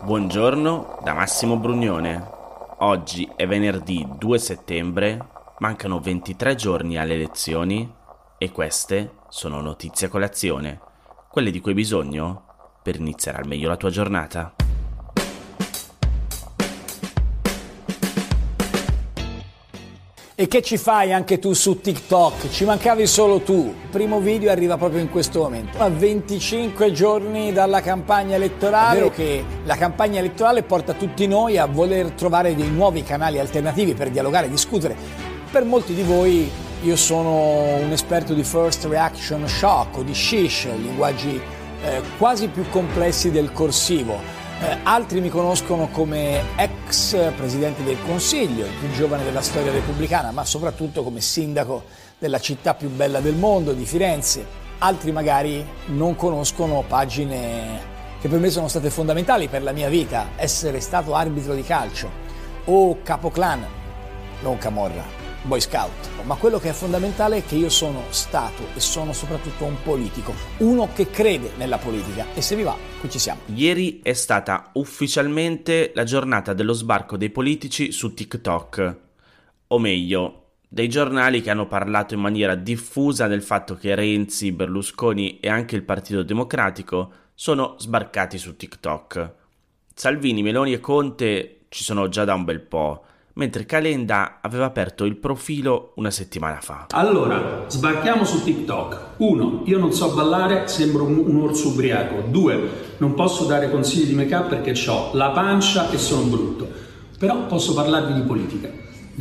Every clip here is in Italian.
Buongiorno da Massimo Brugnone. Oggi è venerdì 2 settembre, mancano 23 giorni alle elezioni e queste sono notizie a colazione, quelle di cui hai bisogno per iniziare al meglio la tua giornata. E che ci fai anche tu su TikTok? Ci mancavi solo tu. Il primo video arriva proprio in questo momento. A 25 giorni dalla campagna elettorale. È vero che la campagna elettorale porta tutti noi a voler trovare dei nuovi canali alternativi per dialogare e discutere. Per molti di voi io sono un esperto di first reaction shock o di shish, linguaggi quasi più complessi del corsivo. Altri mi conoscono come ex presidente del Consiglio, il più giovane della storia repubblicana, ma soprattutto come sindaco della città più bella del mondo, di Firenze. Altri magari non conoscono pagine che per me sono state fondamentali per la mia vita, essere stato arbitro di calcio o capo clan, non camorra, boy scout. Ma quello che è fondamentale è che io sono stato e sono soprattutto un politico, uno che crede nella politica, e se vi va, qui ci siamo. Ieri è stata ufficialmente la giornata dello sbarco dei politici su TikTok, o meglio, dei giornali che hanno parlato in maniera diffusa del fatto che Renzi, Berlusconi e anche il Partito Democratico sono sbarcati su TikTok. Salvini, Meloni e Conte ci sono già da un bel po', mentre Calenda aveva aperto il profilo una settimana fa. Allora, sbarchiamo su TikTok. 1. Io non so ballare, sembro un orso ubriaco. 2. Non posso dare consigli di make-up perché ho la pancia e sono brutto. Però posso parlarvi di politica,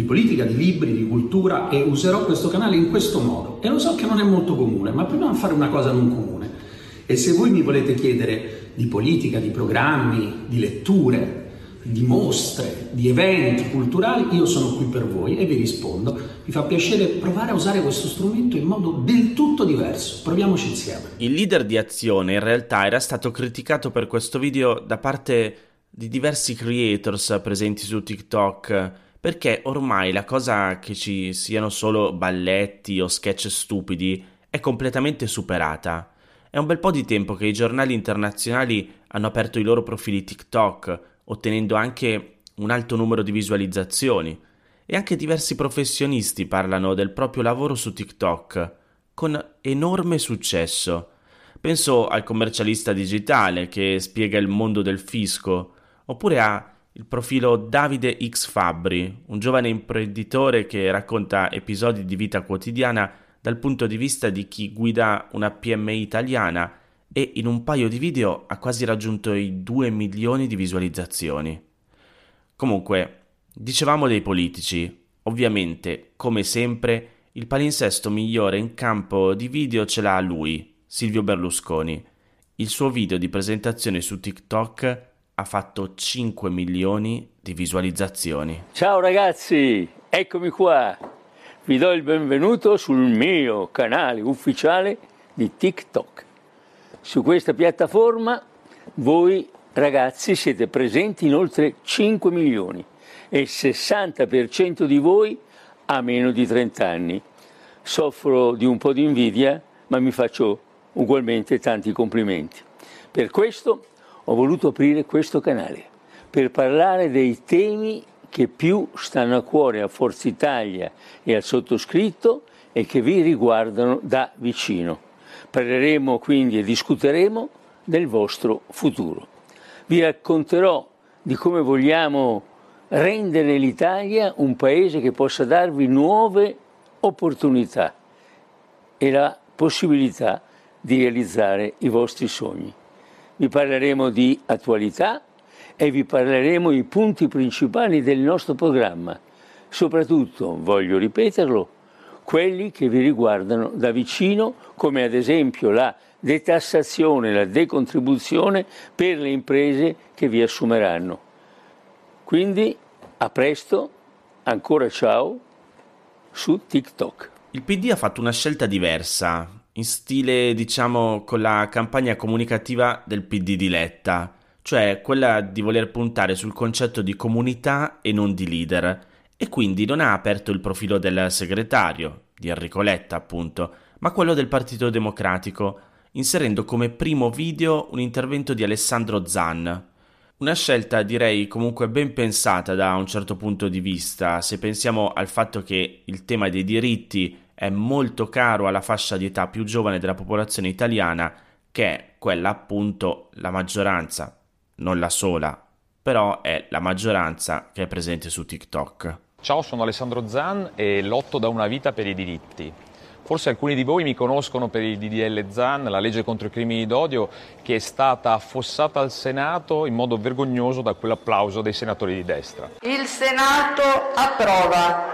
di libri, di cultura, e userò questo canale in questo modo. E lo so che non è molto comune, ma proviamo a fare una cosa non comune. E se voi mi volete chiedere di politica, di programmi, di letture, di mostre, di eventi culturali, io sono qui per voi e vi rispondo. Mi fa piacere provare a usare questo strumento in modo del tutto diverso. Proviamoci insieme. Il leader di Azione in realtà era stato criticato per questo video da parte di diversi creators presenti su TikTok, perché ormai la cosa che ci siano solo balletti o sketch stupidi è completamente superata. È un bel po' di tempo che i giornali internazionali hanno aperto i loro profili TikTok, ottenendo anche un alto numero di visualizzazioni, e anche diversi professionisti parlano del proprio lavoro su TikTok con enorme successo. Penso al commercialista digitale che spiega il mondo del fisco, oppure a il profilo Davide X Fabbri, un giovane imprenditore che racconta episodi di vita quotidiana dal punto di vista di chi guida una PMI italiana, e in un paio di video ha quasi raggiunto i 2 milioni di visualizzazioni. Comunque, dicevamo dei politici. Ovviamente, come sempre, il palinsesto migliore in campo di video ce l'ha lui, Silvio Berlusconi. Il suo video di presentazione su TikTok ha fatto 5 milioni di visualizzazioni. Ciao ragazzi, eccomi qua. Vi do il benvenuto sul mio canale ufficiale di TikTok. Su questa piattaforma voi ragazzi siete presenti in oltre 5 milioni e il 60% di voi ha meno di 30 anni. Soffro di un po' di invidia, ma mi faccio ugualmente tanti complimenti. Per questo ho voluto aprire questo canale, per parlare dei temi che più stanno a cuore a Forza Italia e al sottoscritto e che vi riguardano da vicino. Parleremo quindi e discuteremo del vostro futuro. Vi racconterò di come vogliamo rendere l'Italia un paese che possa darvi nuove opportunità e la possibilità di realizzare i vostri sogni. Vi parleremo di attualità e vi parleremo i punti principali del nostro programma. Soprattutto, voglio ripeterlo, quelli che vi riguardano da vicino, come ad esempio la detassazione, la decontribuzione per le imprese che vi assumeranno. Quindi a presto, ancora ciao, su TikTok. Il PD ha fatto una scelta diversa, in stile diciamo con la campagna comunicativa del PD di Letta, cioè quella di voler puntare sul concetto di comunità e non di leader, e quindi non ha aperto il profilo del segretario, di Enrico Letta appunto, ma quello del Partito Democratico, inserendo come primo video un intervento di Alessandro Zan. Una scelta direi comunque ben pensata da un certo punto di vista, se pensiamo al fatto che il tema dei diritti è molto caro alla fascia di età più giovane della popolazione italiana, che è quella appunto la maggioranza, non la sola, però è la maggioranza che è presente su TikTok. Ciao, sono Alessandro Zan e lotto da una vita per i diritti. Forse alcuni di voi mi conoscono per il DDL Zan, la legge contro i crimini d'odio, che è stata affossata al Senato in modo vergognoso da quell'applauso dei senatori di destra. Il Senato approva.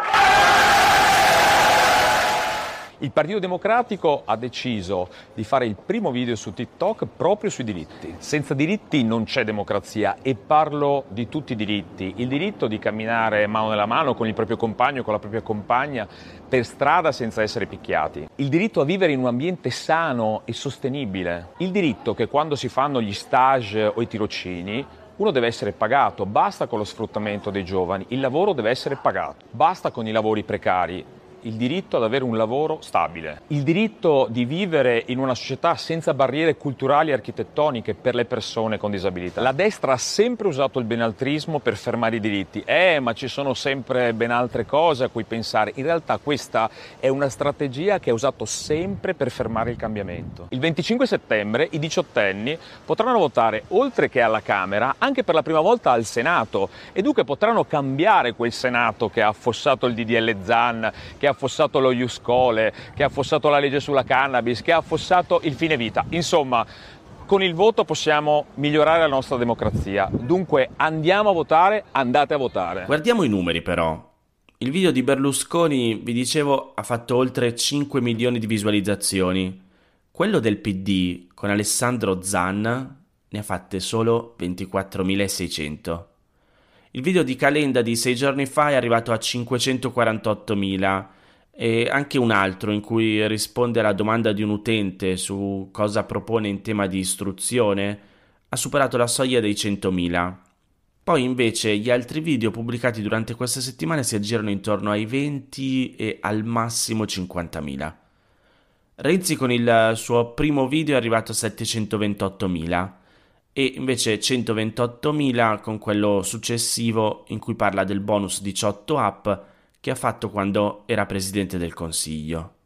Il Partito Democratico ha deciso di fare il primo video su TikTok proprio sui diritti. Senza diritti non c'è democrazia e parlo di tutti i diritti. Il diritto di camminare mano nella mano con il proprio compagno o con la propria compagna per strada senza essere picchiati. Il diritto a vivere in un ambiente sano e sostenibile. Il diritto che quando si fanno gli stage o i tirocini uno deve essere pagato. Basta con lo sfruttamento dei giovani. Il lavoro deve essere pagato. Basta con i lavori precari. Il diritto ad avere un lavoro stabile, il diritto di vivere in una società senza barriere culturali e architettoniche per le persone con disabilità. La destra ha sempre usato il benaltrismo per fermare i diritti. Ma ci sono sempre ben altre cose a cui pensare. In realtà questa è una strategia che è usato sempre per fermare il cambiamento. Il 25 settembre i diciottenni potranno votare, oltre che alla Camera, anche per la prima volta al Senato e dunque potranno cambiare quel Senato che ha affossato il DDL Zan, che ha affossato lo Ius Scholae, che ha affossato la legge sulla cannabis, che ha affossato il fine vita. Insomma, con il voto possiamo migliorare la nostra democrazia. Dunque andiamo a votare, andate a votare. Guardiamo i numeri però. Il video di Berlusconi, vi dicevo, ha fatto oltre 5 milioni di visualizzazioni. Quello del PD con Alessandro Zan ne ha fatte solo 24.600. Il video di Calenda di 6 giorni fa è arrivato a 548.000 e anche un altro in cui risponde alla domanda di un utente su cosa propone in tema di istruzione ha superato la soglia dei 100.000. Poi invece gli altri video pubblicati durante questa settimana si aggirano intorno ai 20 e al massimo 50.000. Renzi con il suo primo video è arrivato a 728.000 e invece 128.000 con quello successivo in cui parla del bonus 18 app che ha fatto quando era presidente del Consiglio.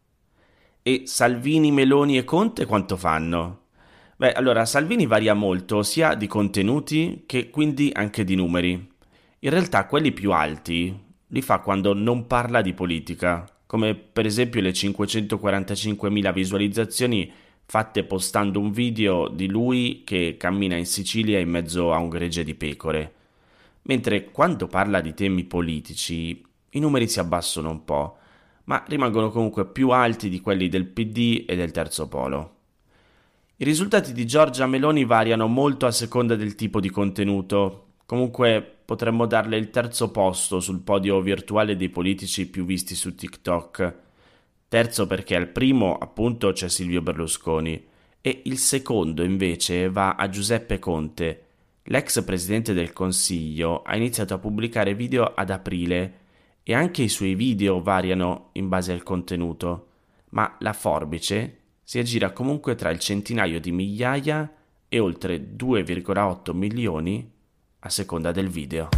E Salvini, Meloni e Conte quanto fanno? Beh, allora Salvini varia molto sia di contenuti che quindi anche di numeri. In realtà quelli più alti li fa quando non parla di politica, come per esempio le 545.000 visualizzazioni fatte postando un video di lui che cammina in Sicilia in mezzo a un gregge di pecore. Mentre quando parla di temi politici i numeri si abbassano un po', ma rimangono comunque più alti di quelli del PD e del Terzo Polo. I risultati di Giorgia Meloni variano molto a seconda del tipo di contenuto. Comunque potremmo darle il terzo posto sul podio virtuale dei politici più visti su TikTok. Terzo perché al primo appunto c'è Silvio Berlusconi e il secondo invece va a Giuseppe Conte. L'ex presidente del Consiglio ha iniziato a pubblicare video ad aprile e anche i suoi video variano in base al contenuto, ma la forbice si aggira comunque tra il centinaio di migliaia e oltre 2,8 milioni a seconda del video.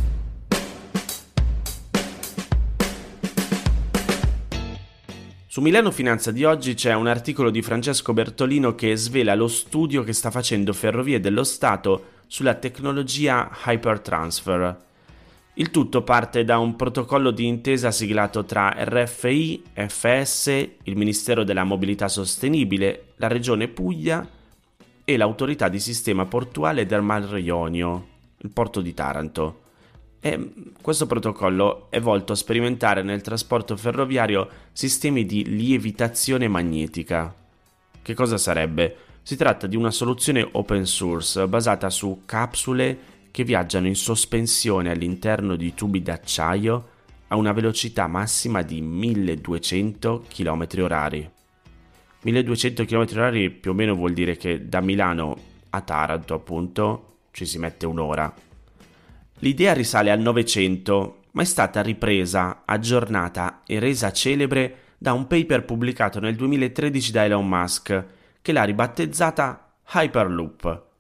Su Milano Finanza di oggi c'è un articolo di Francesco Bertolino che svela lo studio che sta facendo Ferrovie dello Stato sulla tecnologia Hypertransfer. Il tutto parte da un protocollo di intesa siglato tra RFI, FS, il Ministero della Mobilità Sostenibile, la Regione Puglia e l'Autorità di Sistema Portuale del Mar Ionio, il porto di Taranto. E questo protocollo è volto a sperimentare nel trasporto ferroviario sistemi di lievitazione magnetica. Che cosa sarebbe? Si tratta di una soluzione open source basata su capsule che viaggiano in sospensione all'interno di tubi d'acciaio a una velocità massima di 1200 km/h. 1200 km/h più o meno vuol dire che da Milano a Taranto, appunto, ci si mette un'ora. L'idea risale al Novecento, ma è stata ripresa, aggiornata e resa celebre da un paper pubblicato nel 2013 da Elon Musk, che l'ha ribattezzata Hyperloop.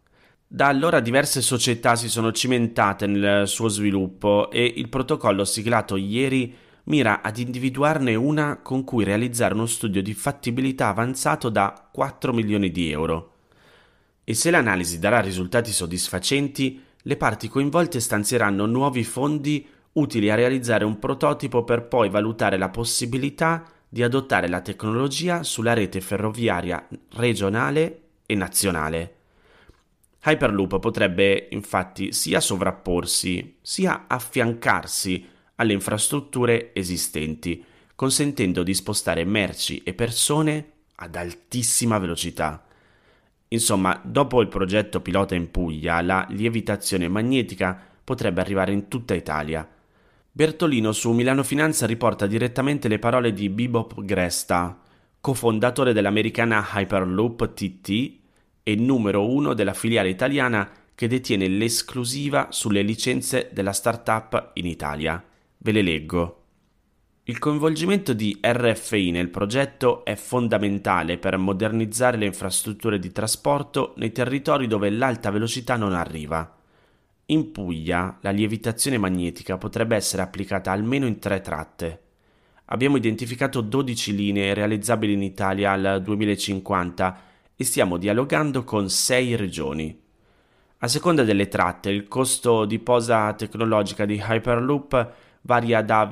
Da allora diverse società si sono cimentate nel suo sviluppo e il protocollo siglato ieri mira ad individuarne una con cui realizzare uno studio di fattibilità avanzato da 4 milioni di euro. E se l'analisi darà risultati soddisfacenti, le parti coinvolte stanzieranno nuovi fondi utili a realizzare un prototipo per poi valutare la possibilità di adottare la tecnologia sulla rete ferroviaria regionale e nazionale. Hyperloop potrebbe infatti sia sovrapporsi sia affiancarsi alle infrastrutture esistenti, consentendo di spostare merci e persone ad altissima velocità. Insomma, dopo il progetto pilota in Puglia, la lievitazione magnetica potrebbe arrivare in tutta Italia. Bertolino su Milano Finanza riporta direttamente le parole di Bebop Gresta, cofondatore dell'americana Hyperloop TT e numero 1 della filiale italiana che detiene l'esclusiva sulle licenze della startup in Italia. Ve le leggo. Il coinvolgimento di RFI nel progetto è fondamentale per modernizzare le infrastrutture di trasporto nei territori dove l'alta velocità non arriva. In Puglia la lievitazione magnetica potrebbe essere applicata almeno in 3 tratte. Abbiamo identificato 12 linee realizzabili in Italia al 2050 e stiamo dialogando con 6 regioni. A seconda delle tratte, il costo di posa tecnologica di Hyperloop varia da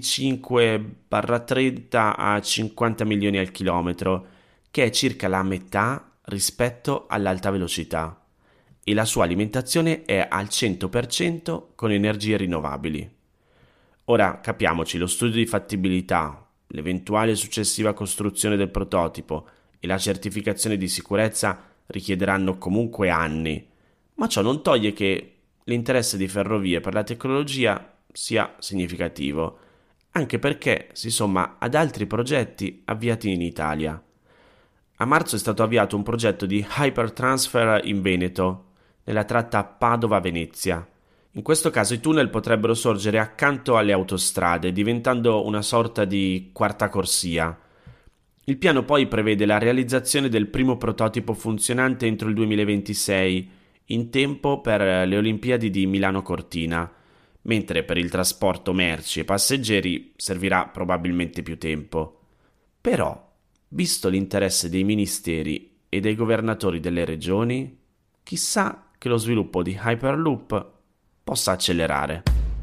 25-30 a 50 milioni al chilometro, che è circa la metà rispetto all'alta velocità, e la sua alimentazione è al 100% con energie rinnovabili. Ora capiamoci, lo studio di fattibilità, l'eventuale successiva costruzione del prototipo e la certificazione di sicurezza richiederanno comunque anni, ma ciò non toglie che l'interesse di Ferrovie per la tecnologia sia significativo, anche perché si somma ad altri progetti avviati in Italia. A marzo è stato avviato un progetto di Hypertransfer in Veneto, nella tratta Padova-Venezia. In questo caso i tunnel potrebbero sorgere accanto alle autostrade, diventando una sorta di quarta corsia. Il piano poi prevede la realizzazione del primo prototipo funzionante entro il 2026, in tempo per le Olimpiadi di Milano-Cortina, mentre per il trasporto merci e passeggeri servirà probabilmente più tempo. Però, visto l'interesse dei ministeri e dei governatori delle regioni, chissà che lo sviluppo di Hyperloop possa accelerare.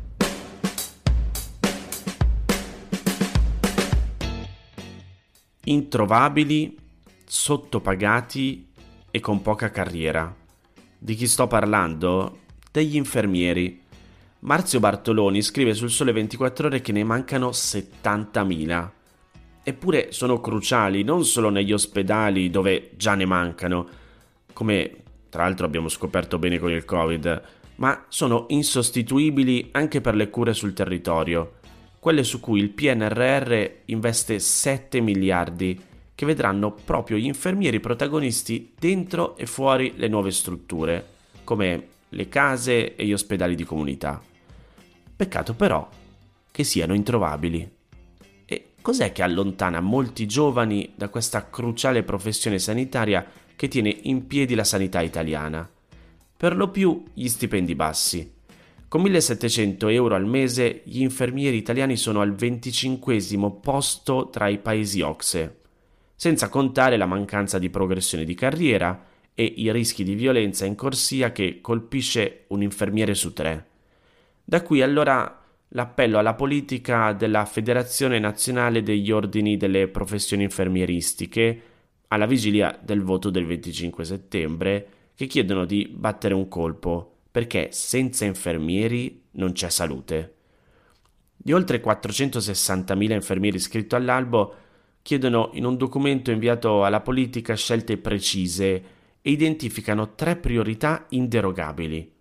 Introvabili, sottopagati e con poca carriera. Di chi sto parlando? Degli infermieri. Marzio Bartoloni scrive sul Sole 24 Ore che ne mancano 70.000. Eppure sono cruciali non solo negli ospedali dove già ne mancano, come tra l'altro abbiamo scoperto bene con il Covid, ma sono insostituibili anche per le cure sul territorio, quelle su cui il PNRR investe 7 miliardi, che vedranno proprio gli infermieri protagonisti dentro e fuori le nuove strutture, come le case e gli ospedali di comunità. Peccato però che siano introvabili. E cos'è che allontana molti giovani da questa cruciale professione sanitaria che tiene in piedi la sanità italiana? Per lo più gli stipendi bassi. Con 1.700 euro al mese gli infermieri italiani sono al 25° posto tra i paesi OCSE, senza contare la mancanza di progressione di carriera e i rischi di violenza in corsia che colpisce un infermiere su 3. Da qui allora l'appello alla politica della Federazione Nazionale degli Ordini delle Professioni Infermieristiche, alla vigilia del voto del 25 settembre, che chiedono di battere un colpo, perché senza infermieri non c'è salute. Gli oltre 460.000 infermieri iscritti all'albo chiedono in un documento inviato alla politica scelte precise e identificano 3 priorità inderogabili: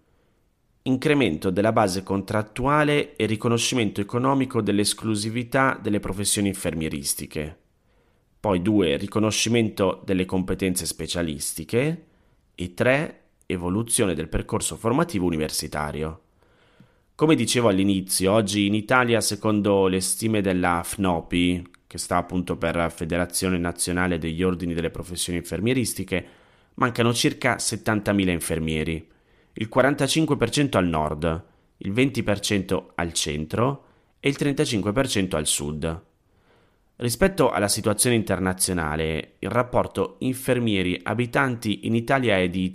incremento della base contrattuale e riconoscimento economico dell'esclusività delle professioni infermieristiche, poi 2 riconoscimento delle competenze specialistiche e 3 evoluzione del percorso formativo universitario. Come dicevo all'inizio, oggi in Italia, secondo le stime della FNOPI, che sta appunto per Federazione Nazionale degli Ordini delle Professioni Infermieristiche, mancano circa 70.000 infermieri, il 45% al nord, il 20% al centro e il 35% al sud. Rispetto alla situazione internazionale, il rapporto infermieri-abitanti in Italia è di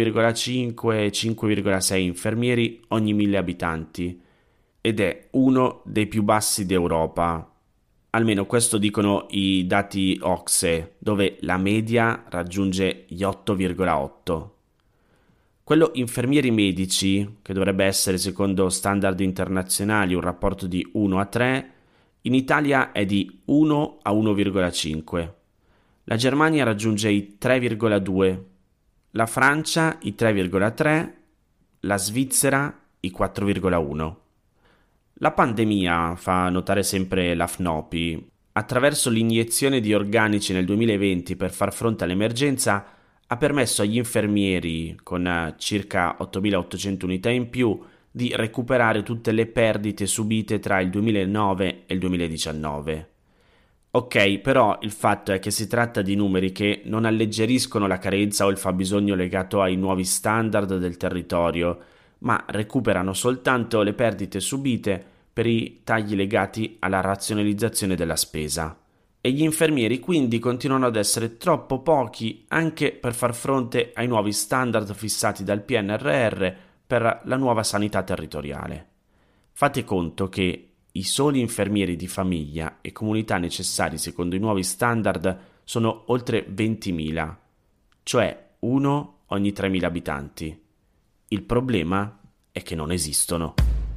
5,5-5,6 infermieri ogni 1.000 abitanti ed è uno dei più bassi d'Europa. Almeno questo dicono i dati OCSE, dove la media raggiunge gli 8,8. Quello infermieri medici, che dovrebbe essere secondo standard internazionali un rapporto di 1:3, in Italia è di 1:1,5. La Germania raggiunge i 3,2, la Francia i 3,3, la Svizzera i 4,1. La pandemia, fa notare sempre la FNOPI, attraverso l'iniezione di organici nel 2020 per far fronte all'emergenza, ha permesso agli infermieri, con circa 8.800 unità in più, di recuperare tutte le perdite subite tra il 2009 e il 2019. Ok, però il fatto è che si tratta di numeri che non alleggeriscono la carenza o il fabbisogno legato ai nuovi standard del territorio, ma recuperano soltanto le perdite subite per i tagli legati alla razionalizzazione della spesa. E gli infermieri quindi continuano ad essere troppo pochi anche per far fronte ai nuovi standard fissati dal PNRR per la nuova sanità territoriale. Fate conto che i soli infermieri di famiglia e comunità necessari secondo i nuovi standard sono oltre 20.000, cioè uno ogni 3.000 abitanti. Il problema è che non esistono.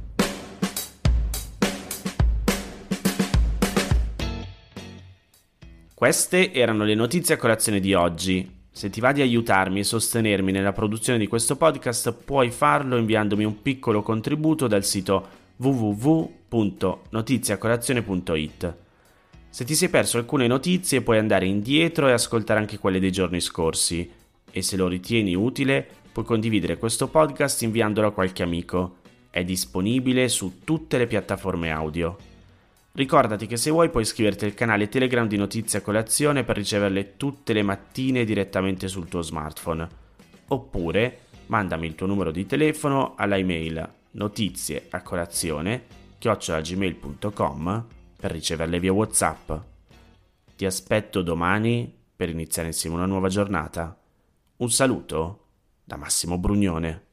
Queste erano le notizie a colazione di oggi. Se ti va di aiutarmi e sostenermi nella produzione di questo podcast, puoi farlo inviandomi un piccolo contributo dal sito www.notiziacolazione.it. Se ti sei perso alcune notizie, puoi andare indietro e ascoltare anche quelle dei giorni scorsi. E se lo ritieni utile, puoi condividere questo podcast inviandolo a qualche amico. È disponibile su tutte le piattaforme audio. Ricordati che se vuoi puoi iscriverti al canale Telegram di Notizie a Colazione per riceverle tutte le mattine direttamente sul tuo smartphone. Oppure mandami il tuo numero di telefono alla email notizieacolazione@gmail.com per riceverle via WhatsApp. Ti aspetto domani per iniziare insieme una nuova giornata. Un saluto da Massimo Brugnone.